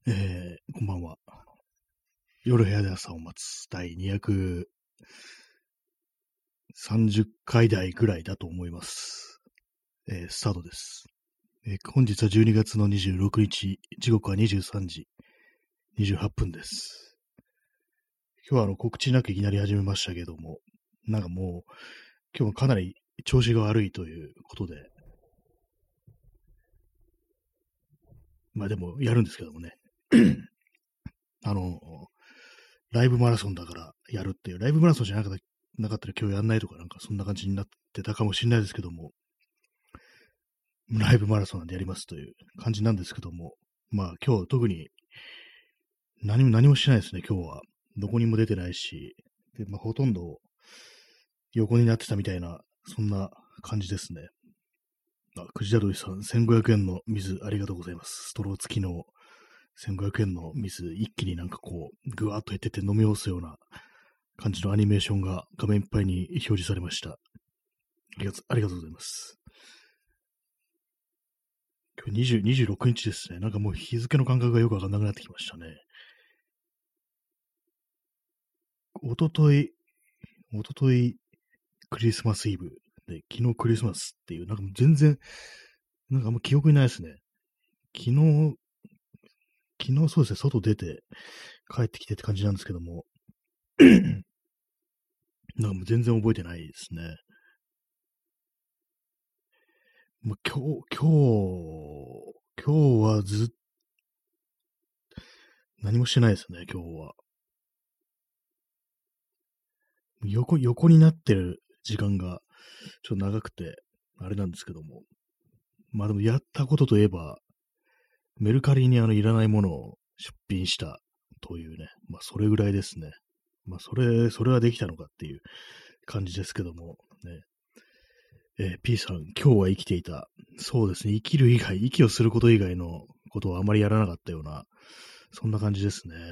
こんばんは。夜部屋で朝を待つ第230回台ぐらいだと思います。スタートです。本日は12月の26日、時刻は23時28分です。今日は告知なくいきなり始めましたけども、なんかもう、今日もかなり調子が悪いということで、まあでもやるんですけどもね。あの、ライブマラソンだからやるっていう、ライブマラソンじゃなかったら今日やんないとかなんかそんな感じになってたかもしれないですけども、ライブマラソンなんでやりますという感じなんですけども、まあ今日特に何もしてないですね、今日は。どこにも出てないし、でまあ、ほとんど横になってたみたいな、そんな感じですね。くじだどりさん、1500円の水ありがとうございます。ストロー付きの1500円の水、一気になんかこう、ぐわーっと減ってて飲み干すような感じのアニメーションが画面いっぱいに表示されました。ありがとうございます。今日26日ですね。なんかもう日付の感覚がよくわかんなくなってきましたね。おとといクリスマスイブで、昨日クリスマスっていう、なんかもう全然、なんかあんま記憶にないですね。昨日、そうですね、外出て帰ってきてって感じなんですけども、なんかもう全然覚えてないですね。まあ、今日は何もしてないですね、今日は。横になってる時間がちょっと長くて、あれなんですけども。まあでもやったことといえば、メルカリにいらないものを出品したというね、まあそれぐらいですね。まあそれはできたのかっていう感じですけども、ね。P さん、今日は生きていた。そうですね、息をすること以外のことをあまりやらなかったような、そんな感じですね。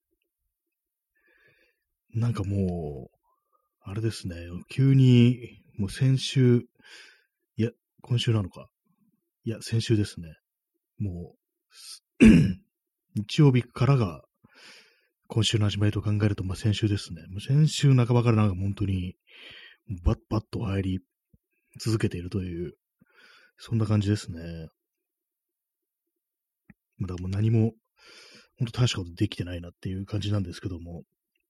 なんかもう、あれですね、急に、もう先週、いや、今週なのか。いや、先週ですね。もう、日曜日からが今週の始まりと考えると、まあ、先週ですね。もう先週半ばからなんか本当にバッバッと入り続けているという、そんな感じですね。だからもう何も、本当大したことできてないなっていう感じなんですけども、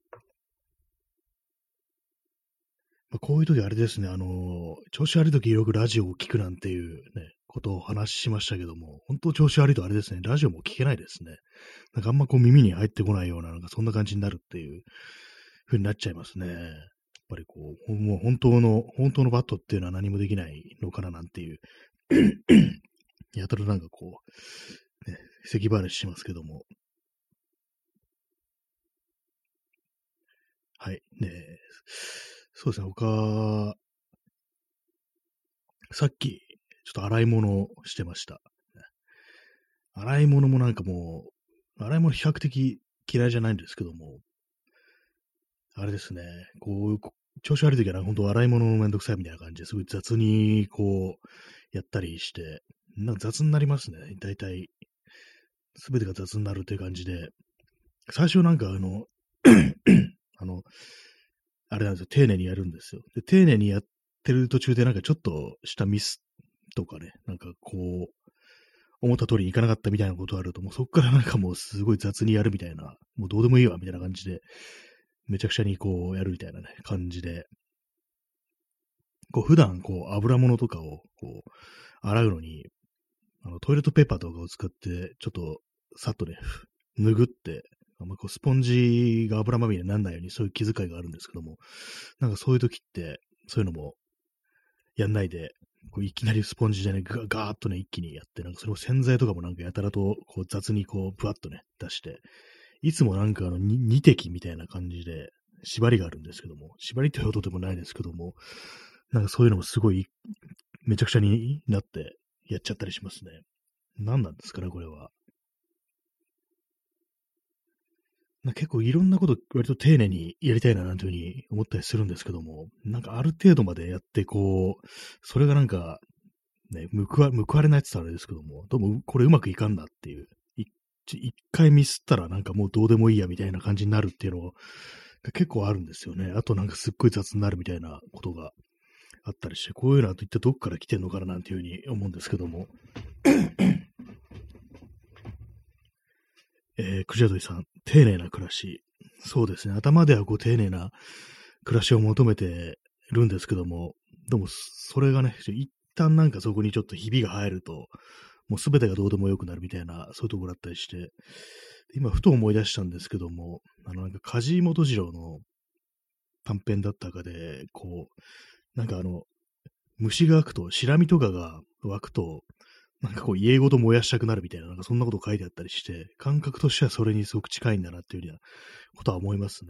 まあ、こういう時あれですね、調子悪い時よくラジオを聞くなんていうね、ことをお話ししましたけども、本当調子悪いとあれですね、ラジオも聞けないですね。なんかあんまこう耳に入ってこないような、なんかそんな感じになるっていう風になっちゃいますね。やっぱりこう、もう本当のバットっていうのは何もできないのかななんていう、やたらなんかこう、ね、咳払いしますけども、はい、ね、そうですね、さっき、ちょっと洗い物をしてました。洗い物もなんかも洗い物比較的嫌いじゃないんですけども、あれですね、調子悪い時は本当洗い物のめんどくさいみたいな感じですごい雑にこう、やったりして、なんか雑になりますね。大体、すべてが雑になるっていう感じで、最初なんかあの、あれなんですよ、丁寧にやるんですよ。で、丁寧にやってる途中でなんかちょっとしたミスとかね、なんかこう、思った通りにいかなかったみたいなことあると、もうそっからなんかもうすごい雑にやるみたいな、もうどうでもいいわみたいな感じで、めちゃくちゃにこうやるみたいなね、感じで、こう普段こう油物とかをこう洗うのに、トイレットペーパーとかを使って、ちょっとさっとね、拭って、スポンジが油まみれにならないようにそういう気遣いがあるんですけども、なんかそういう時って、そういうのもやんないで、こういきなりスポンジでね、ガーッとね、一気にやって、なんかそれを洗剤とかもなんかやたらとこう雑にこう、ブワッとね、出して、いつもなんか二滴みたいな感じで、縛りがあるんですけども、縛りってほどでもないですけども、なんかそういうのもすごい、めちゃくちゃになってやっちゃったりしますね。何なんですかね、これは。結構いろんなこと割と丁寧にやりたいななんていうふうに思ったりするんですけども、なんかある程度までやって、こう、それがなんか、ね、報われないって言ったらあれですけども、どうもこれうまくいかんなっていう、 一回ミスったらなんかもうどうでもいいやみたいな感じになるっていうのが結構あるんですよね。あとなんかすっごい雑になるみたいなことがあったりして、こういうのは一体どっから来てんのかななんていうふうに思うんですけども。クジャドイさん、丁寧な暮らし。そうですね。頭ではこう丁寧な暮らしを求めてるんですけども、でもそれがね、一旦なんかそこにちょっとひびが入ると、もうすべてがどうでもよくなるみたいな、そういうところだったりして、今ふと思い出したんですけども、なんか梶本次郎の短編だったかで、こう、なんか虫が湧くと、シラミとかが湧くと、なんかこう家ごと燃やしたくなるみたいな、なんかそんなこと書いてあったりして、感覚としてはそれにすごく近いんだなっていうようなことは思いますね。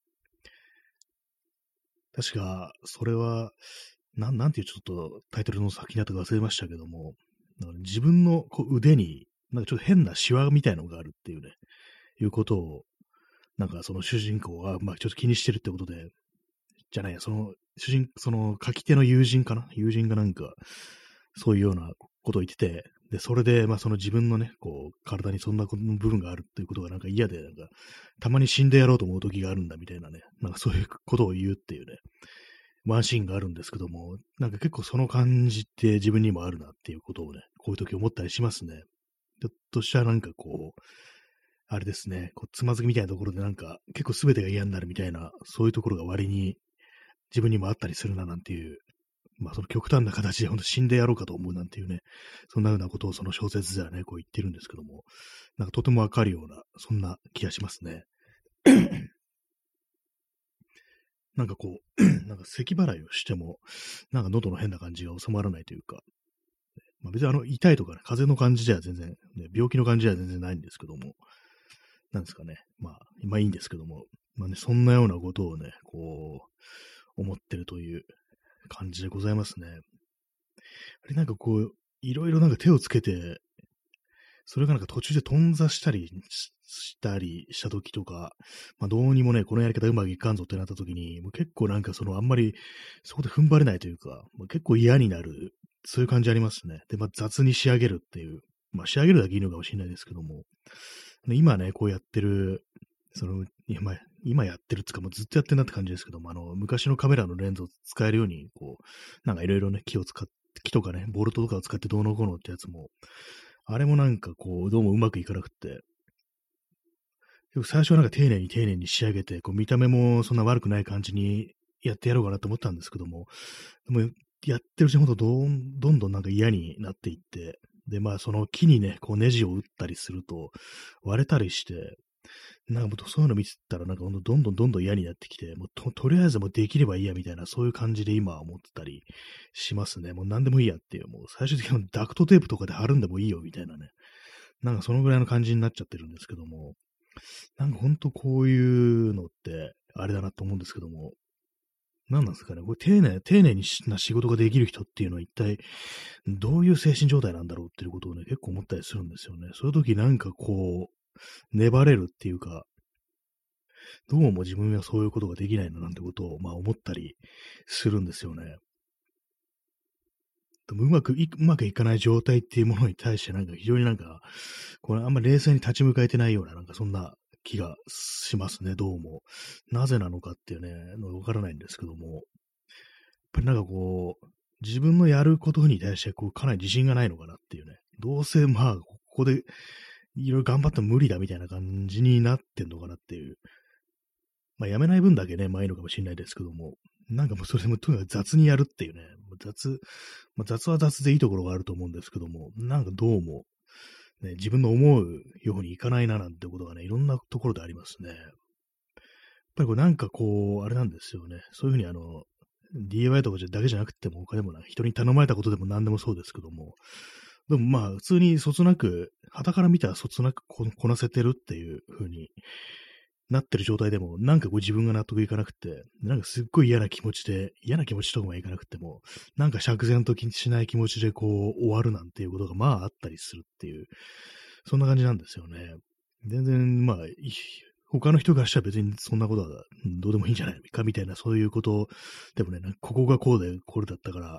確か、それは、なんていうちょっとタイトルの作品だったか忘れましたけども、自分のこう腕に、なんかちょっと変なシワみたいのがあるっていうね、いうことを、なんかその主人公が、まあちょっと気にしてるってことで、じゃないや、その書き手の友人かな友人がなんか、そういうようなことを言ってて、で、それで、まあその自分のね、こう、体にそんな部分があるっていうことがなんか嫌で、なんか、たまに死んでやろうと思う時があるんだみたいなね、なんかそういうことを言うっていうね、ワンシーンがあるんですけども、なんか結構その感じって自分にもあるなっていうことをね、こういう時思ったりしますね。ちょっとしたなんかこう、あれですね、こうつまずきみたいなところでなんか結構全てが嫌になるみたいな、そういうところが割に自分にもあったりするななんていう、まあその極端な形で本当死んでやろうかと思うなんていうね、そんなようなことをその小説ではね、こう言ってるんですけども、なんかとてもわかるような、そんな気がしますね。なんかこう、なんか咳払いをしても、なんか喉の変な感じが収まらないというか、まあ、別に痛いとかね、風邪の感じでは全然、ね、病気の感じでは全然ないんですけども、なんですかね、まあいいんですけども、まあね、そんなようなことをね、こう、思ってるという感じでございますね。あれなんかこう、いろいろなんか手をつけて、それがなんか途中で頓挫した時とか、まあどうにもね、このやり方うまくいかんぞってなった時に、もう結構なんかあんまりそこで踏ん張れないというか、まあ、結構嫌になる、そういう感じありますね。で、まあ雑に仕上げるっていう、まあ仕上げるだけいいのかもしれないですけども、今ね、こうやってる、今やってるっつうか、もうずっとやってるなって感じですけども、昔のカメラのレンズを使えるように、こう、なんかいろいろね、木とかね、ボルトとかを使ってどうのこうのってやつも、あれもなんかこう、どうもうまくいかなくって、最初はなんか丁寧に仕上げて、こう見た目もそんな悪くない感じにやってやろうかなと思ったんですけども、でもやってるうちにほんとどんどんなんか嫌になっていって、で、まあその木にね、こうネジを打ったりすると割れたりして、なんかもうそういうの見てたらなんかほんとどんどん嫌になってきて、もうとりあえずもうできればいいやみたいな、そういう感じで今は思ってたりしますね。もう何でもいいやっていう、もう最終的にダクトテープとかで貼るんでもいいよみたいなね。なんかそのぐらいの感じになっちゃってるんですけども、なんかほんとこういうのって、あれだなと思うんですけども、何なんですかね、これ丁寧にな仕事ができる人っていうのは一体どういう精神状態なんだろうっていうことをね、結構思ったりするんですよね。そういう時なんかこう、粘れるっていうか、どうも自分はそういうことができないななんてことを、まあ思ったりするんですよね。でもうまくいかない状態っていうものに対してなんか非常になんか、これあんまり冷静に立ち向かえてないような、なんかそんな気がしますね、どうも。なぜなのかっていうね、わからないんですけども、やっぱりなんかこう、自分のやることに対してこうかなり自信がないのかなっていうね、どうせまあ、ここでいろいろ頑張っても無理だみたいな感じになってんのかなっていう。まあ、やめない分だけね、まあいいのかもしれないですけども、なんかもうそれもとにかく雑にやるっていうね、まあ、雑は雑でいいところがあると思うんですけども、なんかどうも、ね、自分の思うようにいかないななんてことがね、いろんなところでありますね。やっぱりこうなんかこう、あれなんですよね。そういうふうにDIY とかだけじゃなくても他でもない、人に頼まれたことでも何でもそうですけども、でもまあ普通にそつなく、傍から見たらそつなくこなせてるっていう風になってる状態でも、なんかこう自分が納得いかなくて、なんかすっごい嫌な気持ちとかもいかなくても、なんか釈然としない気持ちでこう終わるなんていうことがまああったりするっていう、そんな感じなんですよね。全然まあ、他の人からしたら別にそんなことはどうでもいいんじゃないかみたいな、そういうことでもね、ここがこうでこれだったから、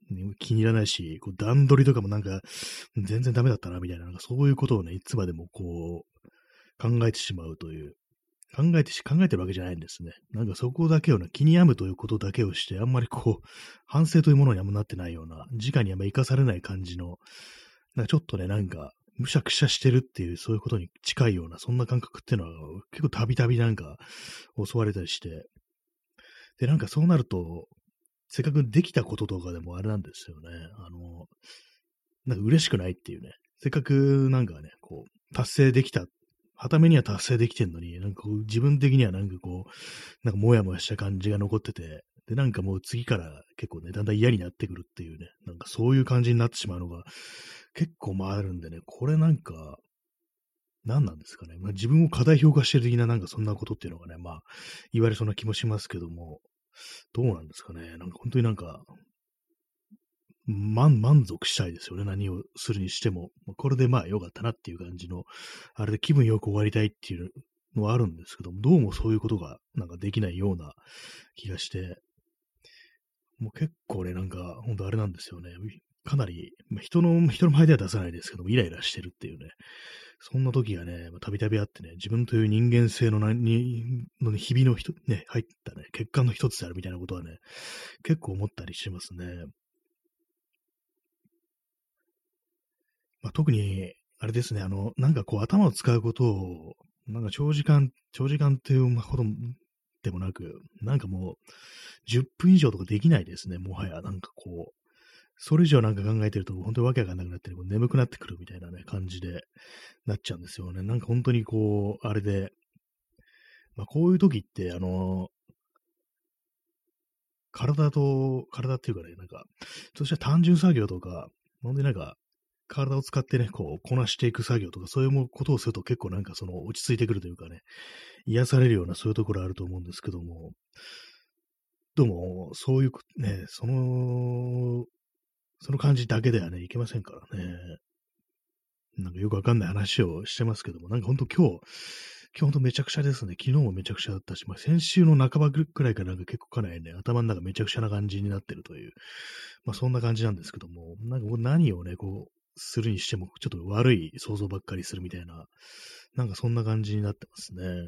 気に入らないし、こう段取りとかもなんか、全然ダメだったな、みたいな、なんかそういうことをね、いつまでもこう、考えてしまうという、考えてるわけじゃないんですね。なんかそこだけをね、気に病むということだけをして、あんまりこう、反省というものにあんまなってないような、直にあんま生かされない感じの、なんかちょっとね、なんか、むしゃくしゃしてるっていう、そういうことに近いような、そんな感覚っていうのは、結構たびたびなんか、襲われたりして、で、なんかそうなると、せっかくできたこととかでもあれなんですよね。なんか嬉しくないっていうね。せっかくなんかね、こう、達成できた。はためには達成できてんのに、なんかこう自分的にはなんかこう、なんかもやもやした感じが残ってて、で、なんかもう次から結構ね、だんだん嫌になってくるっていうね、なんかそういう感じになってしまうのが結構あるんでね、これなんか、何なんですかね。まあ、自分を過大評価してる的ななんかそんなことっていうのがね、まあ、言われそうな気もしますけども、どうなんですかね。なんか本当になんか、満足したいですよね。何をするにしても。これでまあ良かったなっていう感じの、あれで気分よく終わりたいっていうのはあるんですけども、どうもそういうことがなんかできないような気がして、もう結構ね、なんか、ほんとあれなんですよね。かなり、人の前では出さないですけども、イライラしてるっていうね、そんな時がね、たびたびあってね、自分という人間性の日々のね、入ったね、欠陥の一つであるみたいなことはね、結構思ったりしますね。特に、あれですね、なんかこう頭を使うことを、なんか長時間っていうほどでもなく、なんかもう、10分以上とかできないですね、もはや。なんかこう、それ以上なんか考えてると、本当にわけわかんなくなって眠くなってくるみたいなね、感じでなっちゃうんですよね。なんか本当にこう、あれで、こういう時って、体っていうかね、なんか、そしたら単純作業とか、ほんでなんか、体を使ってね、こう、こなしていく作業とか、そういうことをすると結構なんかその落ち着いてくるというかね、癒されるようなそういうところあると思うんですけども、どうも、そういうね、その感じだけではね、いけませんからね。なんかよくわかんない話をしてますけども、なんかほんと今日ほんとめちゃくちゃですね。昨日もめちゃくちゃだったし、先週の半ばくらいからなんか結構かなりね、頭の中めちゃくちゃな感じになってるという、そんな感じなんですけども、なんか何をね、こう、するにしても、ちょっと悪い想像ばっかりするみたいな、なんかそんな感じになってますね。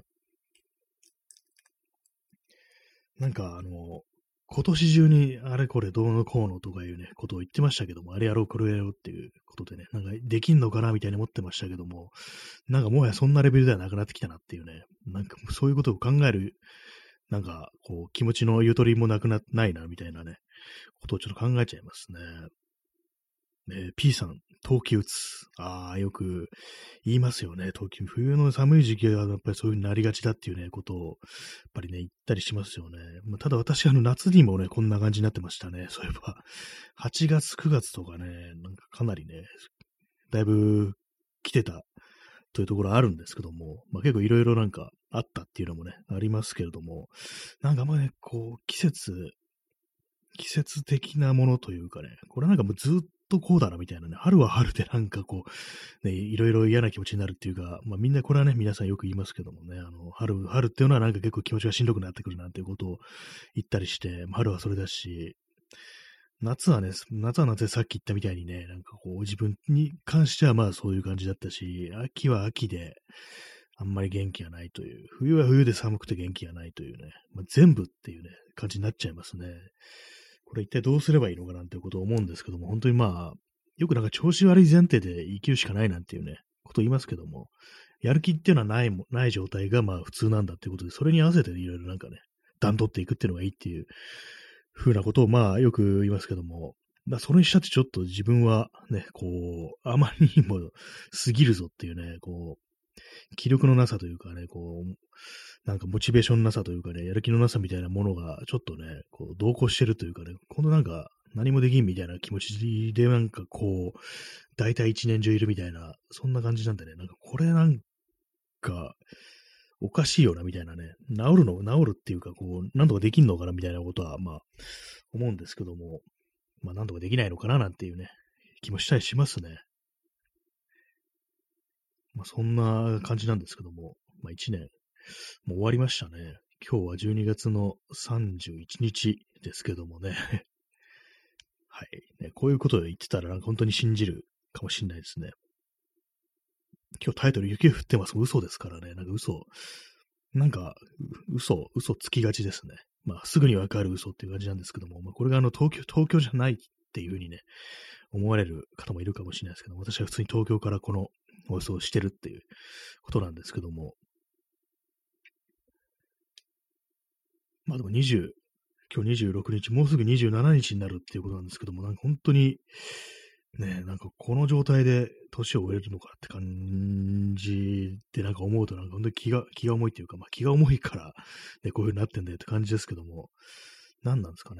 なんか今年中にあれこれどうのこうのとかいうね、ことを言ってましたけども、あれやろう、これやろうっていうことでね、なんかできんのかなみたいに思ってましたけども、なんかもはやそんなレベルではなくなってきたなっていうね、なんかそういうことを考える、なんかこう気持ちのゆとりもないなみたいなね、ことをちょっと考えちゃいますね。P さん、冬季打つ。ああ、よく言いますよね。冬の寒い時期はやっぱりそういう風になりがちだっていうね、ことを、やっぱりね、言ったりしますよね。ただ私、夏にもね、こんな感じになってましたね。そういえば、8月、9月とかね、なんかかなりね、だいぶ来てたというところあるんですけども、結構いろいろなんかあったっていうのもね、ありますけれども、なんかね、こう、季節的なものというかね、これなんかもうずっとこうだなみたいなね、春は春でなんかこう、ね、いろいろ嫌な気持ちになるっていうか、みんなこれはね、皆さんよく言いますけどもね、春っていうのはなんか結構気持ちがしんどくなってくるなんていうことを言ったりして、春はそれだし、夏は夏でさっき言ったみたいにね、なんかこう自分に関してはそういう感じだったし、秋は秋で、あんまり元気がないという、冬は冬で寒くて元気がないというね、全部っていうね、感じになっちゃいますね。これ一体どうすればいいのかなんていうことを思うんですけども、本当によくなんか調子悪い前提で生きるしかないなんていうね、ことを言いますけども、やる気っていうのはない状態が普通なんだっていうことで、それに合わせていろいろなんかね、段取っていくっていうのがいいっていう風なことをよく言いますけども、それにしたってちょっと自分はね、こう、あまりにも過ぎるぞっていうね、こう、気力のなさというかね、こう、なんかモチベーションのなさというかね、やる気のなさみたいなものがちょっとね、こう、同行してるというかね、このなんか何もできんみたいな気持ちでなんかこう、大体一年中いるみたいな、そんな感じなんでね、なんかこれなんか、おかしいよなみたいなね、治るっていうか、こう、なんとかできんのかなみたいなことは、思うんですけども、なんとかできないのかななんていうね、気もしたりしますね。そんな感じなんですけども、一年、もう終わりましたね。今日は12月の31日ですけどもね。 はい。ね、こういうことを言ってたら、なんか本当に信じるかもしれないですね。今日タイトル雪降ってます。嘘ですからね。なんか、嘘つきがちですね。まあ、すぐにわかる嘘っていう感じなんですけども、まあ、これが東京じゃないっていうふうにね、思われる方もいるかもしれないですけど、私は普通に東京からこの放送をしてるっていうことなんですけども、まあでも今日26日、もうすぐ27日になるっていうことなんですけども、なんか本当に、ね、なんかこの状態で年を終えるのかって感じでなんか思うと、なんか本当に気が重いっていうか、まあ気が重いから、ね、こういう風になってんだよって感じですけども、何なんですかね。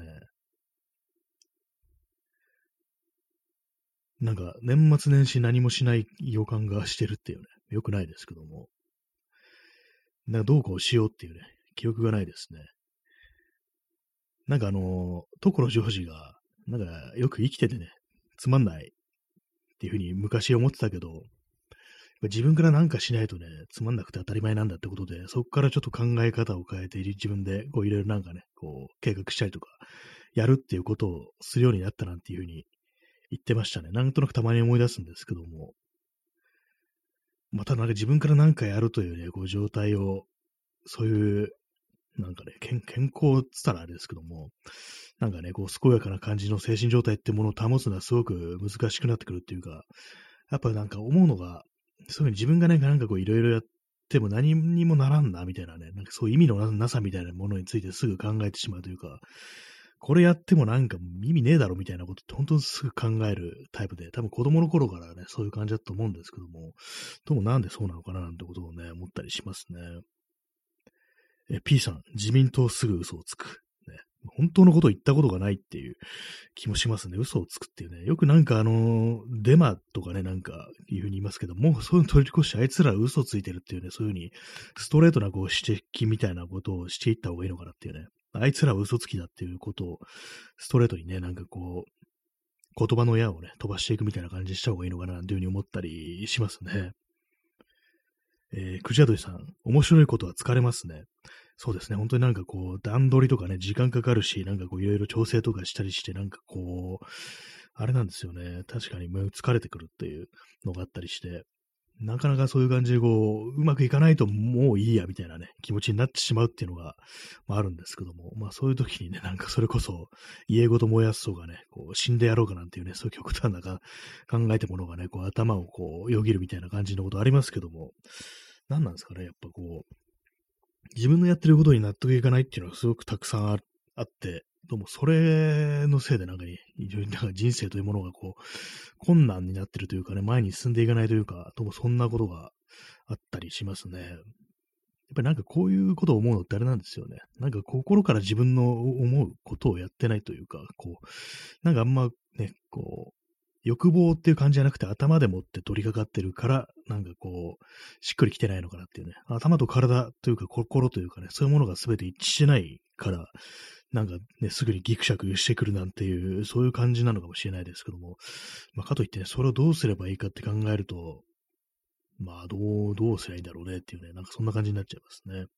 なんか年末年始何もしない予感がしてるっていうね、よくないですけども、なんかどうこうしようっていうね、記憶がないですね。なんか所ジョージが、なんかよく生きててね、つまんないっていうふうに昔思ってたけど、自分からなんかしないとね、つまんなくて当たり前なんだってことで、そこからちょっと考え方を変えて、自分でこういろいろなんかね、こう計画したりとか、やるっていうことをするようになったなんていうふうに言ってましたね。なんとなくたまに思い出すんですけども、またなんか自分から何かやるというね、こう状態を、そういう、なんかね、健康って言ったらあれですけども、なんかね、こう健やかな感じの精神状態ってものを保つのはすごく難しくなってくるっていうか、やっぱなんか思うのが、そういうふうに自分がね、なんかこういろいろやっても何にもならんな、みたいなね、なんかそういう意味のなさみたいなものについてすぐ考えてしまうというか、これやってもなんか意味ねえだろみたいなことって本当にすぐ考えるタイプで、多分子供の頃からね、そういう感じだと思うんですけども、どうもなんでそうなのかななんてことをね、思ったりしますね。P さん、自民党すぐ嘘をつく。ね、本当のことを言ったことがないっていう気もしますね。嘘をつくっていうね。よくなんかデマとかね、なんかいうふうに言いますけども、そういうの取り越してあいつら嘘ついてるっていうね、そういうふうにストレートなこう指摘みたいなことをしていった方がいいのかなっていうね。あいつらは嘘つきだっていうことをストレートにね、なんかこう、言葉の矢をね、飛ばしていくみたいな感じにした方がいいのかなというふうに思ったりしますね。クジャドイさん、面白いことは疲れますね。そうですね、本当になんかこう、段取りとかね、時間かかるし、なんかこう、いろいろ調整とかしたりして、なんかこう、あれなんですよね、確かにもう疲れてくるっていうのがあったりして、なかなかそういう感じでこう、うまくいかないともういいや、みたいなね、気持ちになってしまうっていうのが、まあ、あるんですけども、まあそういう時にね、なんかそれこそ、家ごと燃やすとかね、こう、死んでやろうかなんていうね、そういう極端な考えたものがね、こう、頭をこう、よぎるみたいな感じのことありますけども、何なんですかね、やっぱこう、自分のやってることに納得いかないっていうのがすごくたくさんあって、どうもそれのせいでなんかに、非常になんか人生というものがこう、困難になってるというかね、前に進んでいかないというか、どうもそんなことがあったりしますね。やっぱりなんかこういうことを思うのってあれなんですよね。なんか心から自分の思うことをやってないというか、こう、なんかあんまね、こう、欲望っていう感じじゃなくて頭でもって取り掛かってるから、なんかこう、しっくりきてないのかなっていうね。頭と体というか心というかね、そういうものが全て一致してないから、なんかね、すぐにギクシャクしてくるなんていう、そういう感じなのかもしれないですけども、まあ、かといってね、それをどうすればいいかって考えると、まあ、どうすりゃいいんだろうねっていうね、なんかそんな感じになっちゃいますね。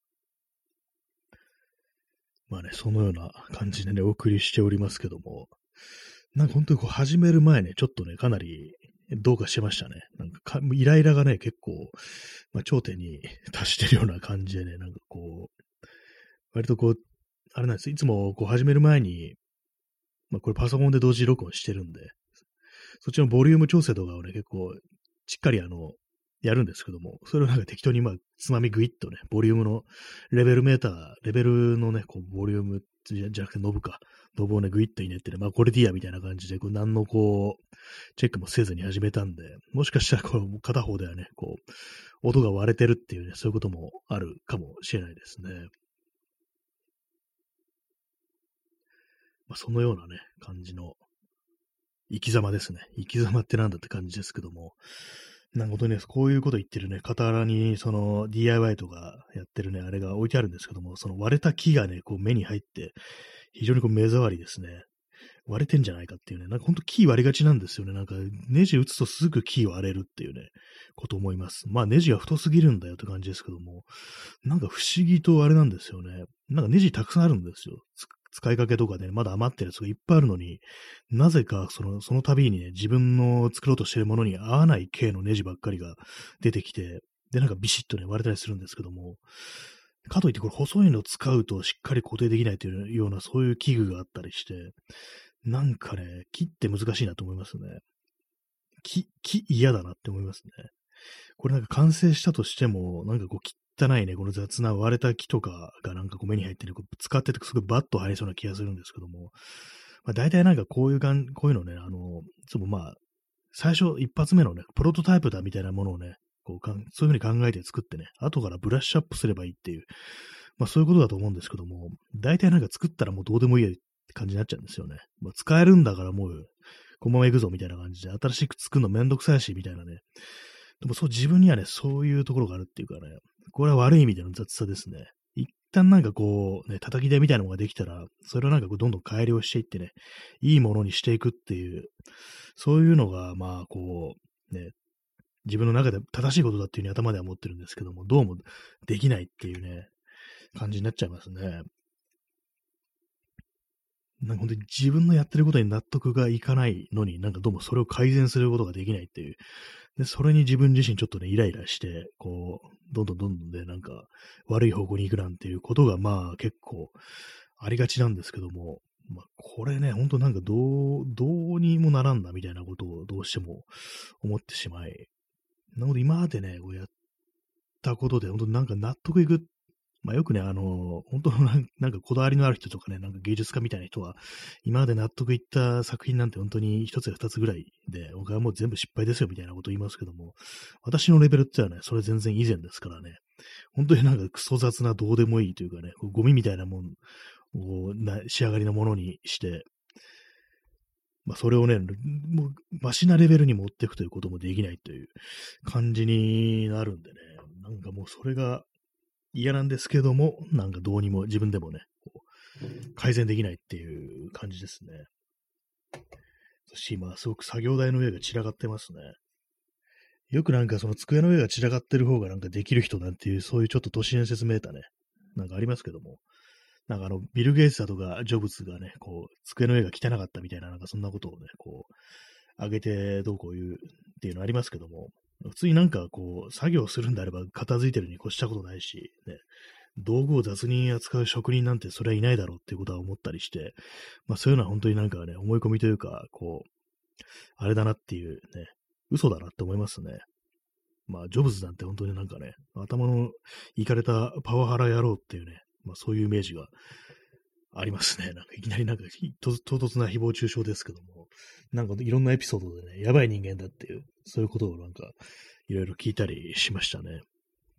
まあね、そのような感じでね、お送りしておりますけども、なんか本当にこう始める前ね、ちょっとね、かなりどうかしてましたね。なんかイライラがね、結構、まあ、頂点に達してるような感じでね、なんかこう、割とこう、あれなんです。いつもこう始める前に、まあこれパソコンで同時録音してるんで、そっちのボリューム調整とかをね、結構、しっかりやるんですけども、それをなんか適当にまあ、つまみグイッとね、ボリュームのレベルメーター、レベルのね、こう、ボリュームじゃなくてノブか、ノブをね、グイッとひねってね、まあ、これでいいや、みたいな感じで、こう、何のこう、チェックもせずに始めたんで、もしかしたらこう、片方ではね、こう、音が割れてるっていうね、そういうこともあるかもしれないですね。まあ、そのようなね、感じの生き様ですね。生き様ってなんだって感じですけども、なんか本当にね、こういうこと言ってるね、傍らに、その DIY とかやってるね、あれが置いてあるんですけども、その割れた木がね、こう目に入って、非常にこう目障りですね。割れてんじゃないかっていうね、なんかほんと木割りがちなんですよね。なんかネジ打つとすぐ木割れるっていうね、こと思います。まあネジが太すぎるんだよって感じですけども、なんか不思議とあれなんですよね。なんかネジたくさんあるんですよ。 使いかけとかで、ね、まだ余ってるやつがいっぱいあるのに、なぜかその度にね、自分の作ろうとしているものに合わない系のネジばっかりが出てきて、で、なんかビシッとね、割れたりするんですけども、かといってこれ細いの使うとしっかり固定できないというようなそういう器具があったりして、なんかね、木って難しいなと思いますね。木嫌だなって思いますね。これなんか完成したとしても、なんかこう汚いね、この雑な割れた木とかがなんかこう目に入ってね、こう使っててすごいバッと入りそうな気がするんですけども、まあ大体なんかこういうのね、まあ、最初一発目のね、プロトタイプだみたいなものをね、そういうふうに考えて作ってね、後からブラッシュアップすればいいっていう、まあそういうことだと思うんですけども、大体なんか作ったらもうどうでもいいって感じになっちゃうんですよね。まあ、使えるんだからもう、このまま行くぞみたいな感じで、新しく作るのめんどくさいし、みたいなね。でも自分にはね、そういうところがあるっていうかね、これは悪い意味での雑さですね。一旦なんかこう、ね、叩き台みたいなのができたら、それをなんかこうどんどん改良していってね、いいものにしていくっていう、そういうのが、まあこう、ね、自分の中で正しいことだっていうふうに頭では思ってるんですけども、どうもできないっていうね、感じになっちゃいますね。なんか本当に自分のやってることに納得がいかないのに、なんかどうもそれを改善することができないっていう。で、それに自分自身ちょっとね、イライラして、こう、どんどんね、なんか悪い方向に行くなんていうことが、まあ結構ありがちなんですけども、まあこれね、ほんとなんかどうにもならんなみたいなことをどうしても思ってしまい、なので今までね、こうやったことで、本当なんか納得いくまあよくね、本当のなんかこだわりのある人とかね、なんか芸術家みたいな人は、今まで納得いった作品なんて本当に一つや二つぐらいで、僕はもう全部失敗ですよみたいなことを言いますけども、私のレベルってのはね、それ全然以前ですからね、本当になんかクソ雑などうでもいいというかね、こうゴミみたいなもんを仕上がりのものにして、まあそれをね、もうマシなレベルに持っていくということもできないという感じになるんでね、なんかもうそれが嫌なんですけども、なんかどうにも自分でもね、改善できないっていう感じですね。そして今、すごく作業台の上が散らかってますね。よくなんかその机の上が散らかってる方がなんかできる人なんていう、そういうちょっと都市伝説めいたね、なんかありますけども、なんかビル・ゲイツだとかジョブズがね、こう、机の上が汚かったみたいな、なんかそんなことをね、こう、上げてどうこう言うっていうのありますけども、普通になんかこう、作業するんであれば片付いてるに越したことないし、ね、道具を雑に扱う職人なんてそれはいないだろうっていうことは思ったりして、まあそういうのは本当になんかね、思い込みというか、こう、あれだなっていうね、嘘だなって思いますね。まあ、ジョブズなんて本当になんかね、頭のいかれたパワハラ野郎っていうね、まあそういうイメージがありますね。なんかいきなりなんか唐突な誹謗中傷ですけども、なんかいろんなエピソードでね、やばい人間だっていう、そういうことをなんかいろいろ聞いたりしましたね。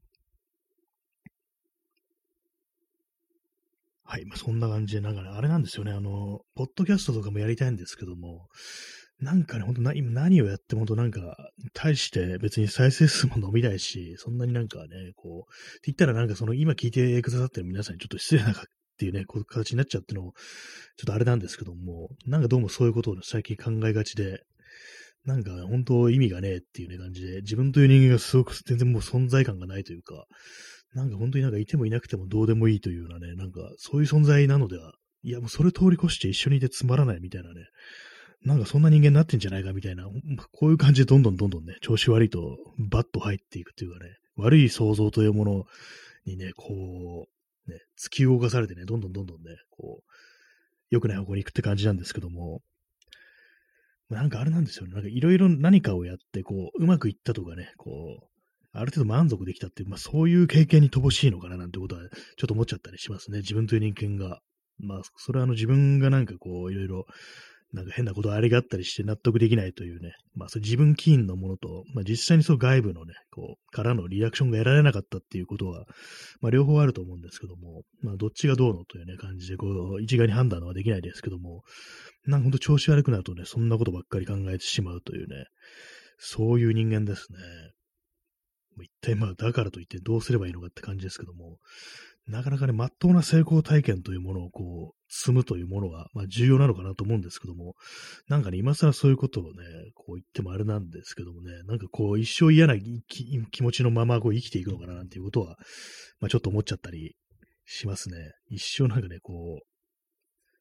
はい、まあ、そんな感じで、なんかね、あれなんですよね、ポッドキャストとかもやりたいんですけども、なんかね、ほんと今何をやってもほんとなんか、大して別に再生数も伸びないし、そんなになんかね、こう、って言ったらなんかその今聞いてくださってる皆さんにちょっと失礼なっていうね、こう形になっちゃうっていうのも、ちょっとあれなんですけども、なんかどうもそういうことを最近考えがちで、なんか本当意味がねえっていうね感じで、自分という人間がすごく全然もう存在感がないというか、なんか本当になんかいてもいなくてもどうでもいいというようなね、なんかそういう存在なのでは、いやもうそれ通り越して一緒にいてつまらないみたいなね、なんかそんな人間になってんじゃないかみたいな、こういう感じでどんどんね、調子悪いとバッと入っていくというかね、悪い想像というものにね、こう、ね、突き動かされてね、どんどんね、こう、良くない方向に行くって感じなんですけども、なんかあれなんですよね。なんかいろいろ何かをやって、こう、うまくいったとかね、こう、ある程度満足できたっていう、まあそういう経験に乏しいのかななんてことは、ちょっと思っちゃったりしますね。自分という人間が。まあ、それは自分がなんかこう、いろいろ、なんか変なことありがったりして納得できないというね、まあそれ自分起因のものと、まあ実際にそう外部のね、こう、からのリアクションが得られなかったっていうことは、まあ両方あると思うんですけども、まあどっちがどうのというね感じで、こう、一概に判断はできないですけども、なんかほんと調子悪くなるとね、そんなことばっかり考えてしまうというね、そういう人間ですね。一体まあ、だからといってどうすればいいのかって感じですけども、なかなかね、真っ当な成功体験というものをこう、積むというものは、まあ重要なのかなと思うんですけども、なんかね、今更そういうことをね、こう言ってもあれなんですけどもね、なんかこう、一生嫌な気持ちのままこう生きていくのかななんていうことは、まあちょっと思っちゃったりしますね。一生なんかね、こう、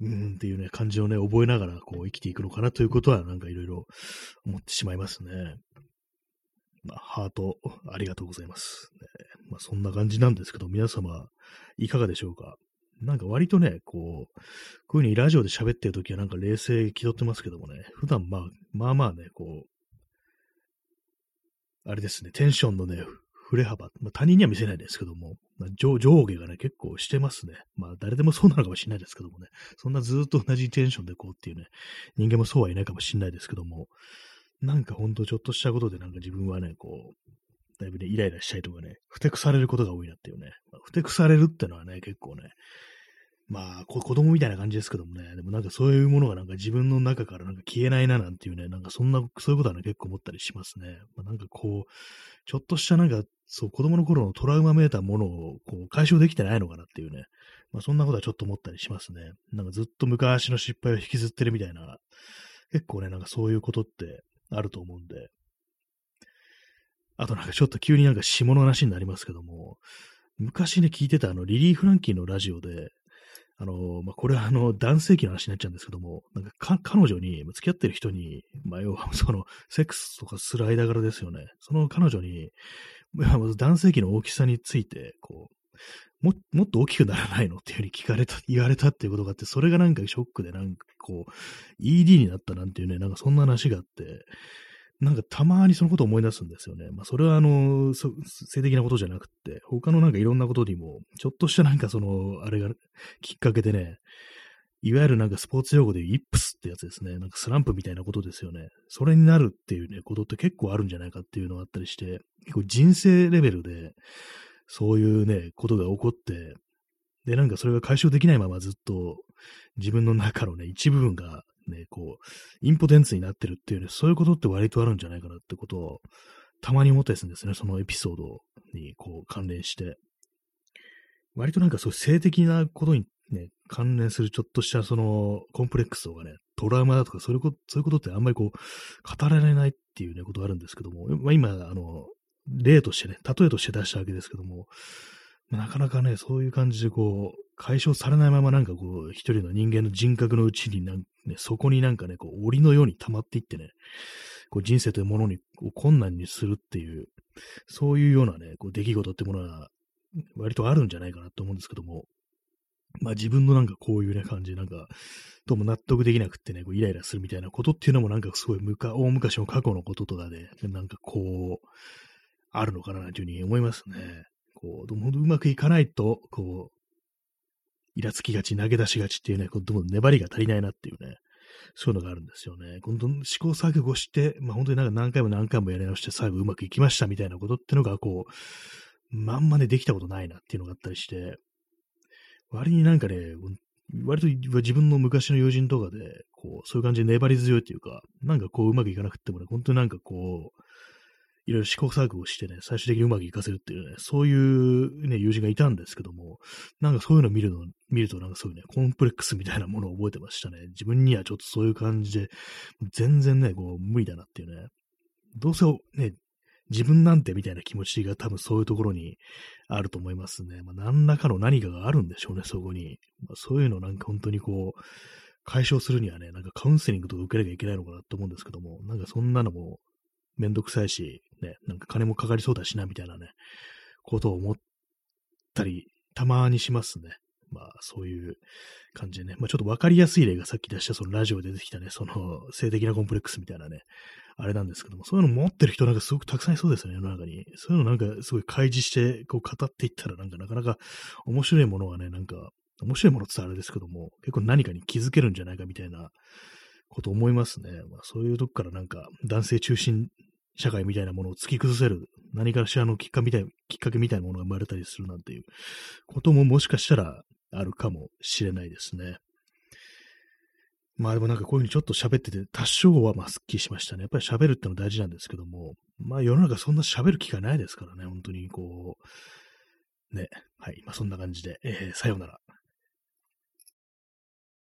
っていうね、感じをね、覚えながら、こう、生きていくのかなということは、なんかいろいろ思ってしまいますね。まあ、ハート、ありがとうございます。ね、まあ、そんな感じなんですけど、皆様、いかがでしょうか。なんか割とね、こういう風にラジオで喋ってるときはなんか冷静気取ってますけどもね、普段まあまあね、こう、あれですね、テンションのね、振れ幅、まあ、他人には見せないですけども、まあ、上下がね、結構してますね。まあ、誰でもそうなのかもしれないですけどもね、そんなずっと同じテンションでこうっていうね、人間もそうはいないかもしれないですけども、なんかほんとちょっとしたことでなんか自分はね、こう、だいぶね、イライラしたりとかね、ふてくされることが多いなっていうね、まあ、ふてくされるってのはね、結構ね、まあ、子供みたいな感じですけどもね、でもなんかそういうものがなんか自分の中からなんか消えないななんていうね、なんかそういうことはね、結構思ったりしますね。まあ、なんかこう、ちょっとしたなんか、そう、子供の頃のトラウマめいたものをこう解消できてないのかなっていうね、まあそんなことはちょっと思ったりしますね。なんかずっと昔の失敗を引きずってるみたいな、結構ね、なんかそういうことってあると思うんで、あとなんかちょっと急になんか下の話になりますけども、昔ね、聞いてたリリー・フランキーのラジオで、まあ、これは男性器の話になっちゃうんですけども、なんか彼女に、付き合ってる人に、まあ、要はセックスとかする間柄ですよね。その彼女に、まあまず男性器の大きさについて、こもっと大きくならないのっていうふうに言われたっていうことがあって、それがなんかショックで、なんかこう、ED になったなんていうね、なんかそんな話があって、なんかたまにそのことを思い出すんですよね。まあそれは性的なことじゃなくて、他のなんかいろんなことにも、ちょっとしたなんかあれがきっかけでね、いわゆるなんかスポーツ用語で言うイップスってやつですね。なんかスランプみたいなことですよね。それになるっていうね、ことって結構あるんじゃないかっていうのがあったりして、結構人生レベルで、そういうね、ことが起こって、で、なんかそれが解消できないままずっと自分の中のね、一部分がね、こう、インポテンツになってるっていうね、そういうことって割とあるんじゃないかなってことを、たまに思ったりするんですね、そのエピソードにこう関連して。割となんかそういう性的なことにね、関連するちょっとしたコンプレックスとかね、トラウマだとかそういうことってあんまりこう、語られないっていうね、ことがあるんですけども、まあ、今、例としてね、例えとして出したわけですけども、まあなかなかね、そういう感じでこう、解消されないままなんかこう、一人の人間の人格のうちにそこになんかね、こう、檻のように溜まっていってね、こう人生というものにこう困難にするっていう、そういうようなね、こう出来事ってものは、割とあるんじゃないかなと思うんですけども、まあ自分のなんかこういうね、感じ、なんか、どうも納得できなくってね、こうイライラするみたいなことっていうのもなんかすごい大昔の過去のこととかで、なんかこう、あるのかなというふうに思いますね。こう、どうもうまくいかないと、こう、イラつきがち、投げ出しがちっていうね、こうどうも粘りが足りないなっていうね、そういうのがあるんですよね。今度試行錯誤して、まあ本当になんか何回も何回もやり直して最後うまくいきましたみたいなことっていうのがこう、まんまねできたことないなっていうのがあったりして、割になんかね、割と自分の昔の友人とかで、こう、そういう感じで粘り強いっていうか、なんかこううまくいかなくってもね、本当になんかこう、いろいろ試行錯誤してね、最終的にうまくいかせるっていうね、そういうね、友人がいたんですけども、なんかそういうのを見るとなんかそういうね、コンプレックスみたいなものを覚えてましたね。自分にはちょっとそういう感じで、全然ね、こう、無理だなっていうね。どうせね、自分なんてみたいな気持ちが多分そういうところにあると思いますね。まあ、何らかの何かがあるんでしょうね、そこに。まあ、そういうのなんか本当にこう、解消するにはね、なんかカウンセリングとか受けなきゃいけないのかなと思うんですけども、なんかそんなのもめんどくさいし、ね、なんか金もかかりそうだしな、みたいなね、ことを思ったり、たまにしますね。まあ、そういう感じでね。まあ、ちょっとわかりやすい例がさっき出した、そのラジオで出てきたね、性的なコンプレックスみたいなね、あれなんですけども、そういうの持ってる人なんかすごくたくさんいそうですよね、世の中に。そういうのなんかすごい開示して、こう語っていったら、なんかなかなか面白いものがね、なんか、面白いものって言ったらあれですけども、結構何かに気づけるんじゃないかみたいなこと思いますね。まあ、そういうとこからなんか男性中心社会みたいなものを突き崩せる何かしらのきっかけみたいなものが生まれたりするなんていうことももしかしたらあるかもしれないですね。まあでもなんかこういうふうにちょっと喋ってて、多少はまあスッキリしましたね。やっぱり喋るってのは大事なんですけども、まあ世の中そんな喋る機会ないですからね、本当にこう、ね。はい。まあそんな感じで、さようなら。